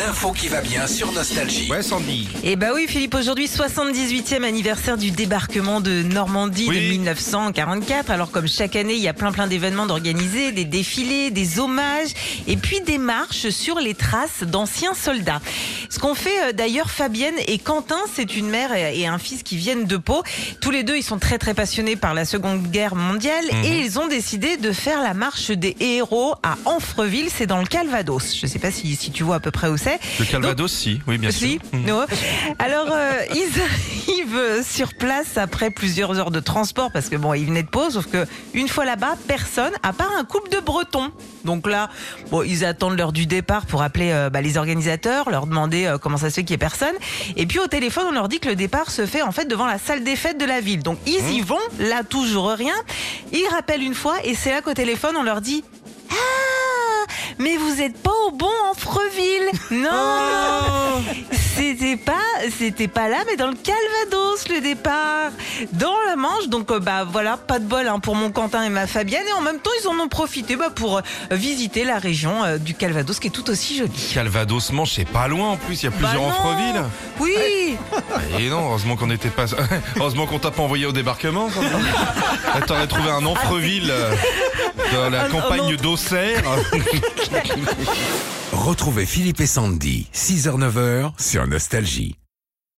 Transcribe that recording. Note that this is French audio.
l'info qui va bien sur Nostalgie. Ouais, Sandy. Eh bah oui Philippe, aujourd'hui 78e anniversaire du débarquement de Normandie de 1944. Alors comme chaque année, il y a plein d'événements d'organiser, des défilés, des hommages et puis des marches sur les traces d'anciens soldats. Ce qu'ont fait d'ailleurs Fabienne et Quentin, c'est une mère et un fils qui viennent de Pau. Tous les deux, ils sont très passionnés par la Seconde Guerre mondiale et ils ont décidé de faire la marche des héros à Amfreville, c'est dans le Calvados. Je sais pas si tu vois à peu près où c'est. Le Calvados, oui, bien sûr. Non. Alors, ils arrivent sur place après plusieurs heures de transport parce que bon, ils venaient de Pau, sauf que une fois là-bas, personne, à part un couple de Bretons. Donc là, bon, ils attendent l'heure du départ pour appeler les organisateurs, leur demander comment ça se fait qu'il y ait personne. Et puis au téléphone, on leur dit que le départ se fait en fait devant la salle des fêtes de la ville. Donc ils y vont, là toujours rien. Ils rappellent une fois et c'est là qu'au téléphone, on leur dit « Ah, mais vous êtes pas au bon Amfreville. Non, c'était pas là, mais dans le Calvados le départ, dans la Manche. Donc voilà, pas de bol pour mon Quentin et ma Fabienne. Et en même temps, ils en ont profité pour visiter la région du Calvados, qui est tout aussi jolie. Calvados, Manche, c'est pas loin en plus. Il y a plusieurs non. Amfreville. Oui. Et non, heureusement qu'on n'était pas. Heureusement qu'on t'a pas envoyé au débarquement. T'aurais trouvé un Amfreville dans la campagne d'Auxerre. Retrouvez Philippe et Sandy, 6h-9h sur Nostalgie.